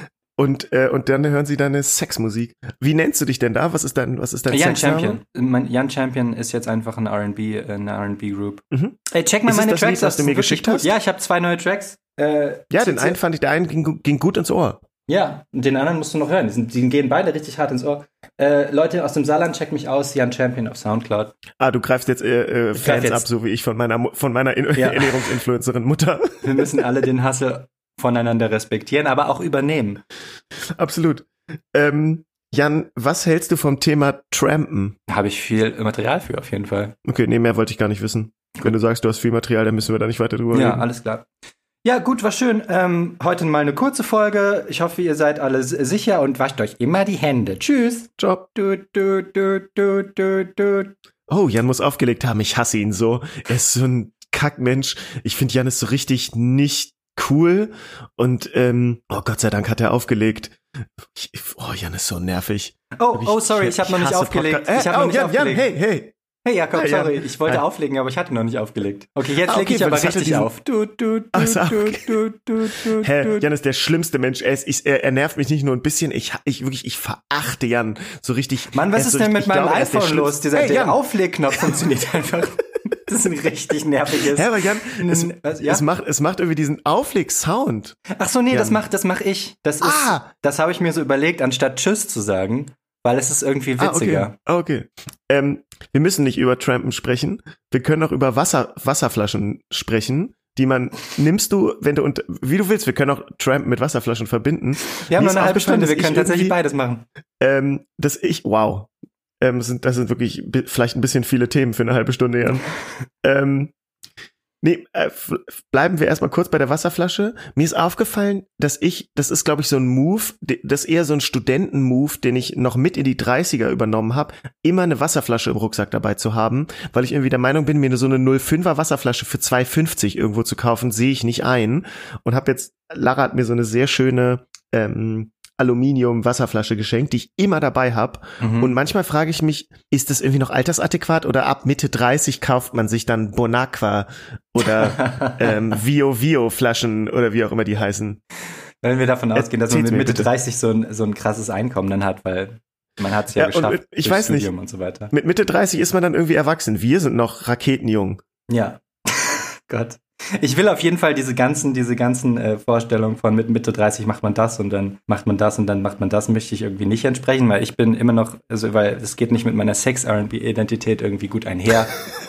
Und äh, und dann hören sie deine Sexmusik. Wie nennst du dich denn da? Was ist dein was ist dein Jan Sexname? Champion. Mein Jan Champion ist jetzt einfach ein R and B, eine R and B Group. Mhm. Ey, check mal ist meine das Tracks, Lied, was du mir geschickt hast. Ja, ich habe zwei neue Tracks. Äh, ja, den einen fand ich, der einen ging, ging gut ins Ohr. Ja, und den anderen musst du noch hören. Die, sind, die gehen beide richtig hart ins Ohr. Äh, Leute aus dem Saarland, checkt mich aus, Jan Champion auf Soundcloud. Ah, du greifst jetzt äh, äh, Fans jetzt. ab, so wie ich von meiner von meiner In- ja. Ernährungsinfluencerin Mutter. Wir müssen alle den Hustle voneinander respektieren, aber auch übernehmen. Absolut. Ähm, Jan, was hältst du vom Thema Trampen? Habe ich viel Material für, auf jeden Fall. Okay, nee, mehr wollte ich gar nicht wissen. Wenn du sagst, du hast viel Material, dann müssen wir da nicht weiter drüber ja, reden. Ja, alles klar. Ja, gut, war schön. Ähm, heute mal eine kurze Folge. Ich hoffe, ihr seid alle sicher und wascht euch immer die Hände. Tschüss. Ciao. Du, du, du, du, du, du. Oh, Jan muss aufgelegt haben. Ich hasse ihn so. Er ist so ein Kackmensch. Ich finde, Jan ist so richtig nicht cool. Und, ähm, oh Gott sei Dank hat er aufgelegt. Ich, oh, Jan ist so nervig. Oh, ich, oh, sorry, ich habe noch nicht aufgelegt. Äh, ich hab oh, noch nicht Jan, aufgelegt. Jan, hey, hey. Hey Jakob, hey, sorry, Jan. ich wollte Hi. auflegen, aber ich hatte noch nicht aufgelegt. Okay, jetzt ah, okay, lege ich aber richtig diesen... auf. Du, du, du, Ach so, okay. du, du, du, Hä, du. Jan ist der schlimmste Mensch. Er, ist, ich, er, er nervt mich nicht nur ein bisschen. Ich, ich wirklich, ich verachte Jan so richtig. Mann, was ist so denn richtig, mit meinem glaube, iPhone los? Dieser hey, der Auflegknopf funktioniert einfach. Das ist ein richtig nerviges. Hä, aber Jan, es, was, ja? es macht, es macht irgendwie diesen Aufleg-Sound. Ach so, nee, Jan. das mach, das mach ich. Das ist, ah. das habe ich mir so überlegt, anstatt Tschüss zu sagen. Weil es ist irgendwie witziger. Ah, okay. okay. Ähm, wir müssen nicht über Trampen sprechen. Wir können auch über Wasser, Wasserflaschen sprechen, die man, nimmst du, wenn du, und wie du willst, wir können auch Trampen mit Wasserflaschen verbinden. Wir haben Mir nur eine halbe Stunde, wir können tatsächlich irgendwie, beides machen. Ähm, dass ich, wow. Ähm, das sind, das sind wirklich bi- vielleicht ein bisschen viele Themen für eine halbe Stunde, Jan. ähm, Nee, äh, bleiben wir erstmal kurz bei der Wasserflasche. Mir ist aufgefallen, dass ich, das ist glaube ich so ein Move, das ist eher so ein Studenten-Move, den ich noch mit in die dreißiger übernommen habe, immer eine Wasserflasche im Rucksack dabei zu haben, weil ich irgendwie der Meinung bin, mir eine so eine null Komma fünfer Wasserflasche für zwei fünfzig irgendwo zu kaufen, sehe ich nicht ein. Und habe jetzt, Lara hat mir so eine sehr schöne ähm, Aluminium-Wasserflasche geschenkt, die ich immer dabei habe. Mhm. Und manchmal frage ich mich, ist das irgendwie noch altersadäquat oder ab Mitte dreißig kauft man sich dann Bonaqua oder ähm, Vio Vio Flaschen oder wie auch immer die heißen. Wenn wir davon ausgehen, dass man mit Mitte bitte. dreißig so ein, so ein krasses Einkommen dann hat, weil man hat es ja, ja geschafft. Und ich weiß Studium nicht, und so weiter. Mit Mitte dreißig ist man dann irgendwie erwachsen. Wir sind noch raketenjung. Ja. Gott. Ich will auf jeden Fall diese ganzen, diese ganzen äh, Vorstellungen von mit Mitte dreißig macht man das und dann macht man das und dann macht man das, möchte ich irgendwie nicht entsprechen, weil ich bin immer noch, also weil es geht nicht mit meiner Sex-R and B-Identität irgendwie gut einher.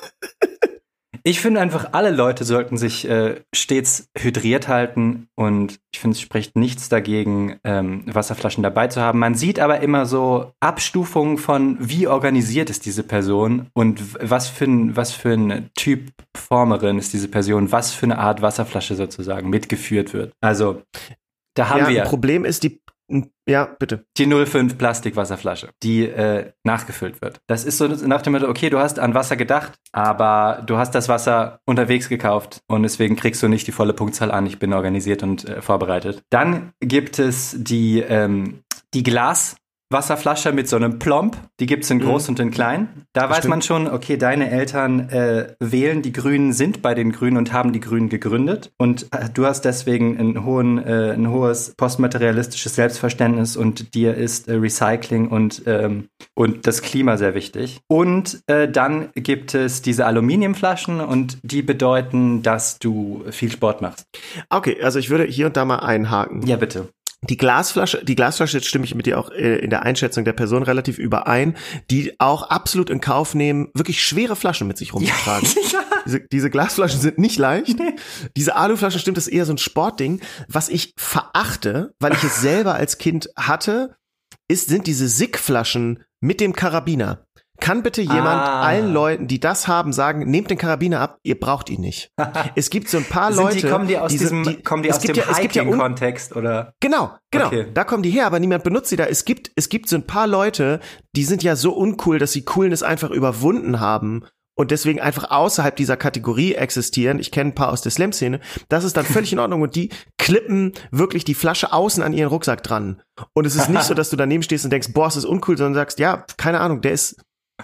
Ich finde einfach, alle Leute sollten sich äh, stets hydriert halten und ich finde, es spricht nichts dagegen, ähm, Wasserflaschen dabei zu haben. Man sieht aber immer so Abstufungen von, wie organisiert ist diese Person und was für ein, was für ein Typ Performerin ist diese Person, was für eine Art Wasserflasche sozusagen mitgeführt wird. Also, da haben ja, wir... Ein Problem ist die... Ja, bitte. Die null Komma fünf Plastikwasserflasche, die äh, nachgefüllt wird. Das ist so nach dem Motto, okay, du hast an Wasser gedacht, aber du hast das Wasser unterwegs gekauft und deswegen kriegst du nicht die volle Punktzahl an. Ich bin organisiert und äh, vorbereitet. Dann gibt es die, ähm, die Glas- Wasserflasche mit so einem Plomb, die gibt's in groß mhm. und in klein. Da das weiß stimmt. man schon, okay, deine Eltern äh, wählen die Grünen, sind bei den Grünen und haben die Grünen gegründet. Und äh, du hast deswegen ein, hohen, äh, ein hohes postmaterialistisches Selbstverständnis und dir ist äh, Recycling und, ähm, und das Klima sehr wichtig. Und äh, dann gibt es diese Aluminiumflaschen und die bedeuten, dass du viel Sport machst. Okay, also ich würde hier und da mal einhaken. Ja, bitte. Die Glasflasche, die Glasflasche, jetzt stimme ich mit dir auch äh, in der Einschätzung der Person relativ überein, die auch absolut in Kauf nehmen, wirklich schwere Flaschen mit sich rumzutragen. Ja. Diese, diese Glasflaschen sind nicht leicht. Nee. Diese Aluflaschen, stimmt, das ist eher so ein Sportding. Was ich verachte, weil ich es selber als Kind hatte, ist, sind diese Sick-Flaschen mit dem Karabiner. Kann bitte jemand ah. allen Leuten, die das haben, sagen, nehmt den Karabiner ab, ihr braucht ihn nicht. Es gibt so ein paar Sind Leute, die, kommen die aus diese, diesem, die, kommen die aus dem ja, Hiking-Kontext, ja oder? Genau, genau. Okay. Da kommen die her, aber niemand benutzt sie da. Es gibt, es gibt so ein paar Leute, die sind ja so uncool, dass sie Coolness einfach überwunden haben und deswegen einfach außerhalb dieser Kategorie existieren. Ich kenne ein paar aus der Slam-Szene. Das ist dann völlig in Ordnung und die klippen wirklich die Flasche außen an ihren Rucksack dran. Und es ist nicht so, dass du daneben stehst und denkst, boah, es ist uncool, sondern sagst, ja, keine Ahnung, der ist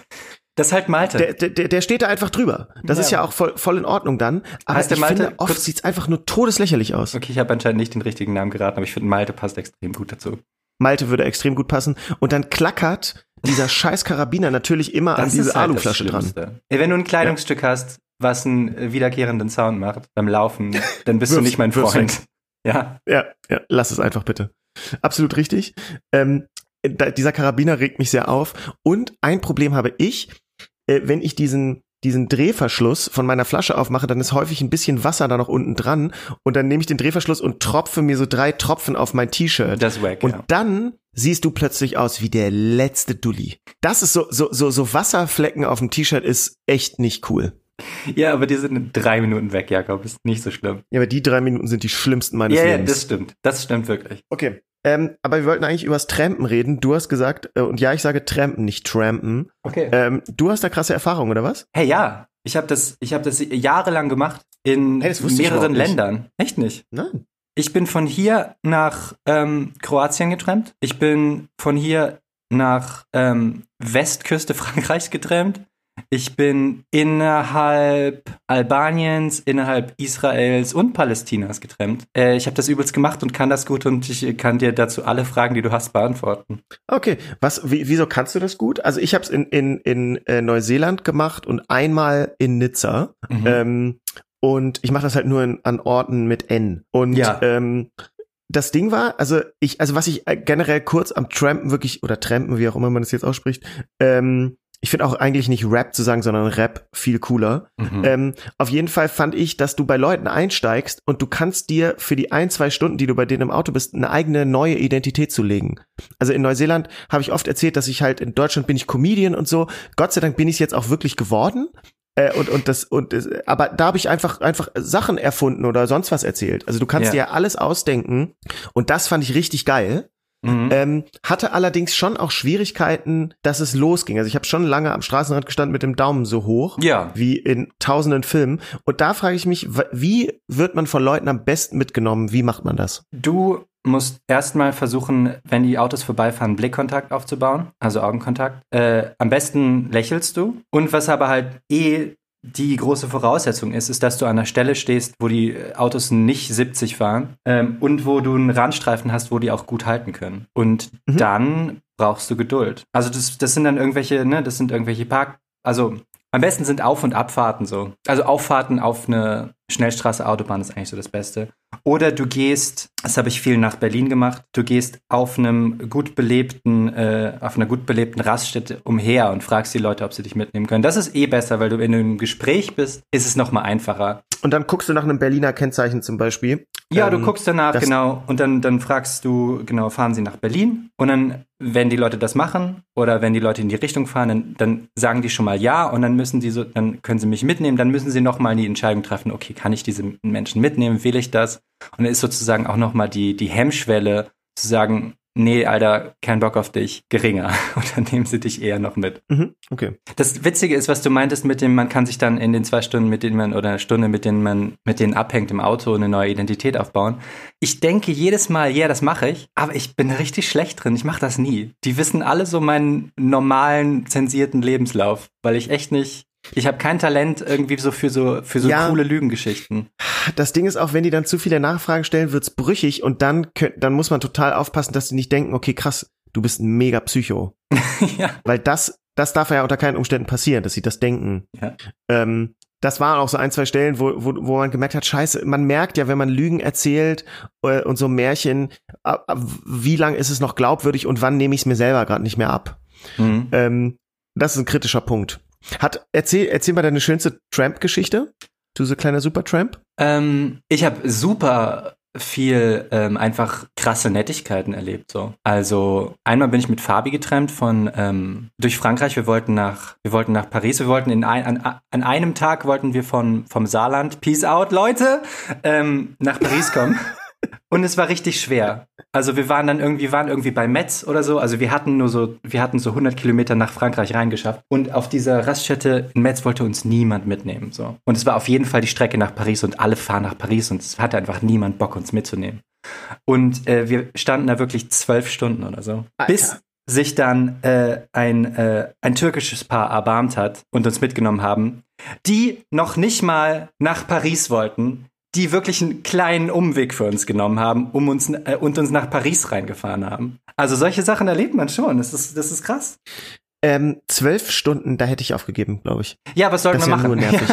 Das ist halt Malte. Der, der, der steht da einfach drüber. Das ja. ist ja auch voll, voll in Ordnung dann. Aber heißt der ich Malte, finde, oft sieht es einfach nur todeslächerlich aus. Okay, ich habe anscheinend nicht den richtigen Namen geraten, aber ich finde, Malte passt extrem gut dazu. Malte würde extrem gut passen. Und dann klackert dieser scheiß Karabiner natürlich immer das an diese halt Aluflasche dran. Wenn du ein Kleidungsstück ja. hast, was einen wiederkehrenden Sound macht beim Laufen, dann bist du nicht mein Freund. Ja. ja, ja, lass es einfach bitte. Absolut richtig. Ähm, da, dieser Karabiner regt mich sehr auf. Und ein Problem habe ich, äh, wenn ich diesen diesen Drehverschluss von meiner Flasche aufmache, dann ist häufig ein bisschen Wasser da noch unten dran und dann nehme ich den Drehverschluss und tropfe mir so drei Tropfen auf mein T-Shirt. Das ist wack, und ja. dann siehst du plötzlich aus wie der letzte Dulli. Das ist so so so so Wasserflecken auf dem T-Shirt ist echt nicht cool. Ja, aber die sind in drei Minuten weg, Jakob. Ist nicht so schlimm. Ja, aber die drei Minuten sind die schlimmsten meines ja, Lebens. Ja, das stimmt. Das stimmt wirklich. Okay. Ähm, aber wir wollten eigentlich übers Trampen reden. Du hast gesagt, äh, und ja, ich sage Trampen, nicht Trampen. Okay. Ähm, du hast da krasse Erfahrungen, oder was? Hey, ja. Ich habe das, ich habe das jahrelang gemacht in hey, mehreren Ländern. Echt nicht? Nein. Ich bin von hier nach ähm, Kroatien getrampt. Ich bin von hier nach ähm, Westküste Frankreichs getrampt. Ich bin innerhalb Albaniens, innerhalb Israels und Palästinas getrennt. Äh, ich habe das übelst gemacht und kann das gut und ich kann dir dazu alle Fragen, die du hast, beantworten. Okay, was? Wie, wieso kannst du das gut? Also ich habe es in in in äh, Neuseeland gemacht und einmal in Nizza. Mhm. Ähm, und ich mache das halt nur in, an Orten mit N. Und ja. ähm, das Ding war, also ich, also was ich generell kurz am Trampen wirklich oder Trampen, wie auch immer man das jetzt ausspricht, ähm, ich finde auch eigentlich nicht Rap zu sagen, sondern Rap viel cooler. Mhm. Ähm, auf jeden Fall fand ich, dass du bei Leuten einsteigst und du kannst dir für die ein, zwei Stunden, die du bei denen im Auto bist, eine eigene neue Identität zulegen. Also in Neuseeland habe ich oft erzählt, dass ich halt in Deutschland bin ich Comedian und so. Gott sei Dank bin ich es jetzt auch wirklich geworden. Äh, und und das und aber da habe ich einfach einfach Sachen erfunden oder sonst was erzählt. Also du kannst ja. dir ja alles ausdenken und das fand ich richtig geil. Mhm. Ähm, hatte allerdings schon auch Schwierigkeiten, dass es losging. Also ich habe schon lange am Straßenrand gestanden mit dem Daumen so hoch, ja. wie in tausenden Filmen. Und da frage ich mich, wie wird man von Leuten am besten mitgenommen? Wie macht man das? Du musst erstmal versuchen, wenn die Autos vorbeifahren, Blickkontakt aufzubauen, also Augenkontakt. Äh, am besten lächelst du. Und was aber halt eh die große Voraussetzung ist, ist, dass du an einer Stelle stehst, wo die Autos nicht siebzig fahren ähm, und wo du einen Randstreifen hast, wo die auch gut halten können. Und mhm. dann brauchst du Geduld. Also das, das sind dann irgendwelche, ne, das sind irgendwelche Park... Also am besten sind Auf- und Abfahrten so. Also Auffahrten auf eine Schnellstraße, Autobahn ist eigentlich so das Beste. Oder du gehst, das habe ich viel nach Berlin gemacht, du gehst auf einem gut belebten, äh, auf einer gut belebten Raststätte umher und fragst die Leute, ob sie dich mitnehmen können. Das ist eh besser, weil du, wenn du im Gespräch bist, ist es nochmal einfacher. Und dann guckst du nach einem Berliner Kennzeichen zum Beispiel. Ja, ähm, du guckst danach, genau, und dann, dann fragst du, genau, fahren sie nach Berlin? Und dann, wenn die Leute das machen oder wenn die Leute in die Richtung fahren, dann, dann sagen die schon mal ja und dann müssen die so, dann können sie mich mitnehmen, dann müssen sie nochmal die Entscheidung treffen, okay, kann ich diese Menschen mitnehmen, will ich das? Und dann ist sozusagen auch nochmal die, die Hemmschwelle zu sagen, nee, Alter, kein Bock auf dich, geringer. Und dann nehmen sie dich eher noch mit. Mhm, okay. Das Witzige ist, was du meintest mit dem, man kann sich dann in den zwei Stunden, mit denen man, oder eine Stunde, mit denen man, mit denen abhängt im Auto, eine neue Identität aufbauen. Ich denke jedes Mal, ja, yeah, das mache ich, aber ich bin richtig schlecht drin. Ich mache das nie. Die wissen alle so meinen normalen, zensierten Lebenslauf, weil ich echt nicht... Ich habe kein Talent irgendwie so für so für so ja, coole Lügengeschichten. Das Ding ist auch, wenn die dann zu viele Nachfragen stellen, wird's brüchig und dann könnt, dann muss man total aufpassen, dass die nicht denken, okay, krass, du bist ein mega Psycho. Ja. Weil das das darf ja unter keinen Umständen passieren, dass sie das denken. Ja. Ähm, das waren auch so ein, zwei Stellen, wo, wo, wo man gemerkt hat, scheiße, man merkt ja, wenn man Lügen erzählt äh, und so Märchen, äh, wie lang ist es noch glaubwürdig und wann nehme ich es mir selber gerade nicht mehr ab. Mhm. Ähm, das ist ein kritischer Punkt. Hat, erzähl, erzähl mal deine schönste Tramp-Geschichte. Du so kleiner Supertramp? Ähm, ich habe super viel ähm, einfach krasse Nettigkeiten erlebt. So. Also einmal bin ich mit Fabi getrennt von ähm, durch Frankreich. Wir wollten nach wir wollten nach Paris. Wir wollten in ein, an, an einem Tag wollten wir von vom Saarland, Peace out, Leute, ähm, nach Paris kommen. Und es war richtig schwer. Also wir waren dann irgendwie, waren irgendwie bei Metz oder so. Also wir hatten nur so, wir hatten so hundert Kilometer nach Frankreich reingeschafft. Und auf dieser Raststätte in Metz wollte uns niemand mitnehmen. So. Und es war auf jeden Fall die Strecke nach Paris und alle fahren nach Paris und es hatte einfach niemand Bock, uns mitzunehmen. Und äh, wir standen da wirklich zwölf Stunden oder so. Alter. Bis sich dann äh, ein, äh, ein türkisches Paar erbarmt hat und uns mitgenommen haben, die noch nicht mal nach Paris wollten, die wirklich einen kleinen Umweg für uns genommen haben, um uns äh, und uns nach Paris reingefahren haben. Also solche Sachen erlebt man schon. Das ist, das ist krass. Ähm, zwölf Stunden, da hätte ich aufgegeben, glaube ich. Ja, was sollten wir machen? Nur nervig.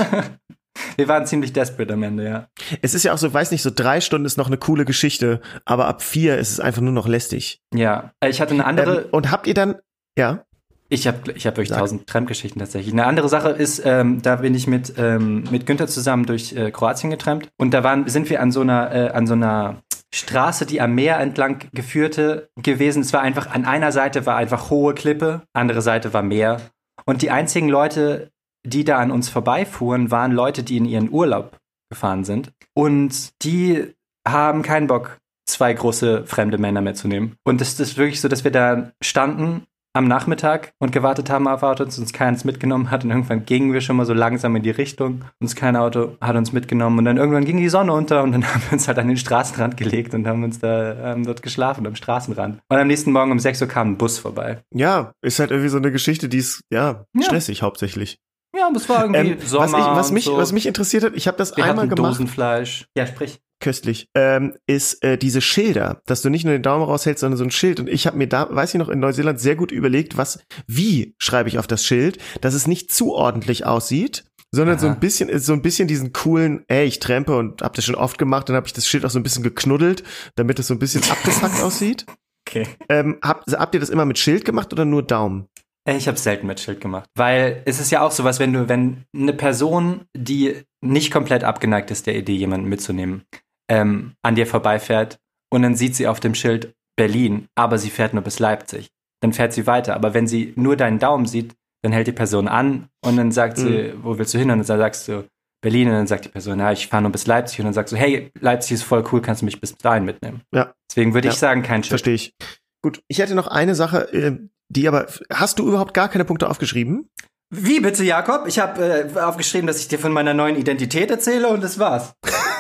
Wir waren ziemlich desperate am Ende, ja. Es ist ja auch so, weiß nicht, so drei Stunden ist noch eine coole Geschichte, aber ab vier ist es einfach nur noch lästig. Ja, ich hatte eine andere. Ähm, und habt ihr dann, ja? Ich habe ich hab wirklich tausend Tramp-Geschichten tatsächlich. Eine andere Sache ist, ähm, da bin ich mit ähm, mit Günther zusammen durch äh, Kroatien getrampt und da waren sind wir an so einer äh, an so einer Straße, die am Meer entlang geführte gewesen. Es war einfach an einer Seite war einfach hohe Klippe, andere Seite war Meer und die einzigen Leute, die da an uns vorbeifuhren, waren Leute, die in ihren Urlaub gefahren sind und die haben keinen Bock, zwei große fremde Männer mitzunehmen. Und es ist wirklich so, dass wir da standen am Nachmittag und gewartet haben auf Autos, uns keins mitgenommen hat und irgendwann gingen wir schon mal so langsam in die Richtung, uns kein Auto hat uns mitgenommen und dann irgendwann ging die Sonne unter und dann haben wir uns halt an den Straßenrand gelegt und haben uns da haben dort geschlafen am Straßenrand. Und am nächsten Morgen um sechs Uhr kam ein Bus vorbei. Ja, ist halt irgendwie so eine Geschichte, die ist, ja, stressig ja. hauptsächlich. Ja, aber es war irgendwie ähm, Sommer was, ich, was, mich, so. was mich interessiert hat, ich habe das wir einmal hatten gemacht. Dosenfleisch. Ja, sprich. Köstlich, ähm, ist äh, diese Schilder, dass du nicht nur den Daumen raushältst, sondern so ein Schild. Und ich habe mir da, weiß ich noch, in Neuseeland sehr gut überlegt, was, wie schreibe ich auf das Schild, dass es nicht zu ordentlich aussieht, sondern Aha. so ein bisschen, so ein bisschen diesen coolen, ey, ich trampe und hab das schon oft gemacht, dann habe ich das Schild auch so ein bisschen geknuddelt, damit es so ein bisschen abgefuckt aussieht. Okay. Ähm, habt, habt ihr das immer mit Schild gemacht oder nur Daumen? Ich habe selten mit Schild gemacht, weil es ist ja auch sowas, wenn du, wenn eine Person, die nicht komplett abgeneigt ist der Idee, jemanden mitzunehmen, ähm, an dir vorbeifährt und dann sieht sie auf dem Schild Berlin, aber sie fährt nur bis Leipzig, dann fährt sie weiter. Aber wenn sie nur deinen Daumen sieht, dann hält die Person an und dann sagt sie, mhm. wo willst du hin? Und dann sagst du Berlin und dann sagt die Person, ja, ich fahre nur bis Leipzig und dann sagst du, hey, Leipzig ist voll cool, kannst du mich bis dahin mitnehmen? Ja. Deswegen würde ja. ich sagen, kein Schild. Verstehe ich. Gut, ich hätte noch eine Sache, äh, die aber, hast du überhaupt gar keine Punkte aufgeschrieben? Wie bitte, Jakob? Ich habe äh, aufgeschrieben, dass ich dir von meiner neuen Identität erzähle und das war's.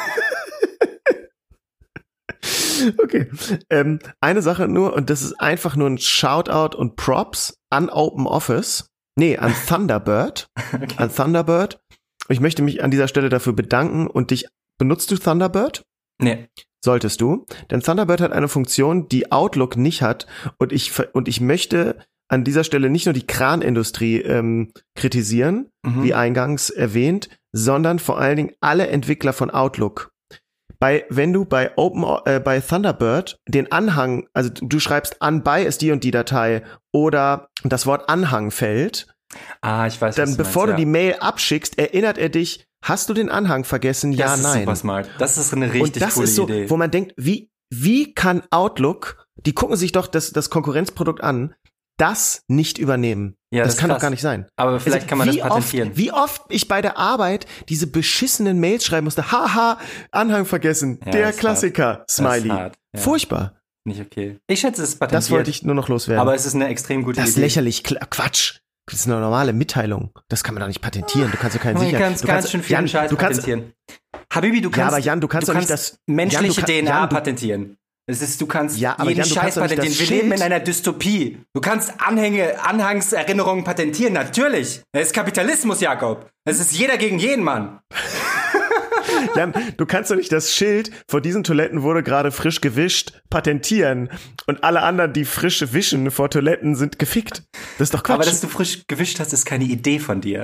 Okay. Ähm, eine Sache nur, und das ist einfach nur ein Shoutout und Props an OpenOffice. Nee, an Thunderbird. Okay. An Thunderbird. Ich möchte mich an dieser Stelle dafür bedanken und dich, benutzt du Thunderbird? Nee. Solltest du. Denn Thunderbird hat eine Funktion, die Outlook nicht hat. Und ich, und ich möchte an dieser Stelle nicht nur die Kranindustrie ähm, kritisieren, mhm. wie eingangs erwähnt, sondern vor allen Dingen alle Entwickler von Outlook. Bei, wenn du bei Open, äh, bei Thunderbird den Anhang, also du, du schreibst anbei ist die und die Datei oder das Wort Anhang fällt, ah, ich weiß, dann was du bevor meinst, du ja. die Mail abschickst, erinnert er dich, hast du den Anhang vergessen? Das ja, ist nein. Super smart. Das ist eine richtig und das coole ist so, Idee. wo man denkt, wie, wie kann Outlook, die gucken sich doch das, das Konkurrenzprodukt an, das nicht übernehmen. Ja, das, das kann krass. doch gar nicht sein. Aber vielleicht also, kann man das wie patentieren. Oft, wie oft ich bei der Arbeit diese beschissenen Mails schreiben musste, haha, Anhang vergessen, ja, der Klassiker, hart. Smiley. Ja. Furchtbar. Nicht okay. Ich schätze, es ist patentiert. Das wollte ich nur noch loswerden. Aber es ist eine extrem gute das Idee. Das ist lächerlich, Quatsch. Das ist eine normale Mitteilung. Das kann man doch nicht patentieren. Du kannst doch keinen sicher. Du kannst ganz schön viel Scheiß patentieren. Habibi, du kannst, ja, aber Jan, du kannst du doch kannst nicht das menschliche Jan, D N A Jan, du, patentieren. Es ist, du kannst ja, jeden Jan, Scheiß patentieren. Wir Schild. leben in einer Dystopie. Du kannst Anhänge, Anhangserinnerungen patentieren. Natürlich. Es ist Kapitalismus, Jakob. Es ist jeder gegen jeden, Mann. Jan, du kannst doch nicht das Schild, vor diesen Toiletten wurde gerade frisch gewischt, patentieren. Und alle anderen, die frisch wischen vor Toiletten, sind gefickt. Das ist doch Quatsch. Aber dass du frisch gewischt hast, ist keine Idee von dir.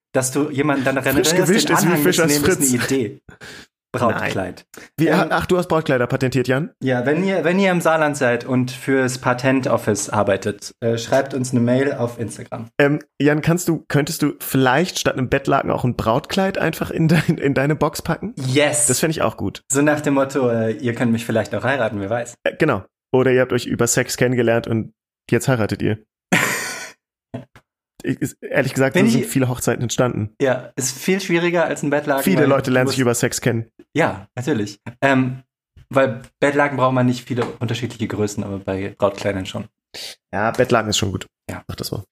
dass du jemanden dann Frisch gewischt den ist wie Anhang Fischers mitnehmen, ist Fritz. eine Idee. Brautkleid. Wie, Ähm, ach, du hast Brautkleider patentiert, Jan? Ja, wenn ihr, wenn ihr im Saarland seid und fürs Patent-Office arbeitet, äh, schreibt uns eine Mail auf Instagram. Ähm, Jan, kannst du, könntest du vielleicht statt einem Bettlaken auch ein Brautkleid einfach in, dein, in deine Box packen? Yes! Das fände ich auch gut. So nach dem Motto, äh, ihr könnt mich vielleicht auch heiraten, wer weiß. Äh, genau. Oder ihr habt euch über Sex kennengelernt und jetzt heiratet ihr. Ich, ist, ehrlich gesagt, Wenn so ich- sind viele Hochzeiten entstanden. Ja, ist viel schwieriger als ein Bettlaken. Viele weil Leute du lernen musst- sich über Sex kennen. Ja, natürlich. Ähm, weil Bettlaken braucht man nicht viele unterschiedliche Größen, aber bei Brautkleidern schon. Ja, Bettlaken ist schon gut. Ja. Mach das mal.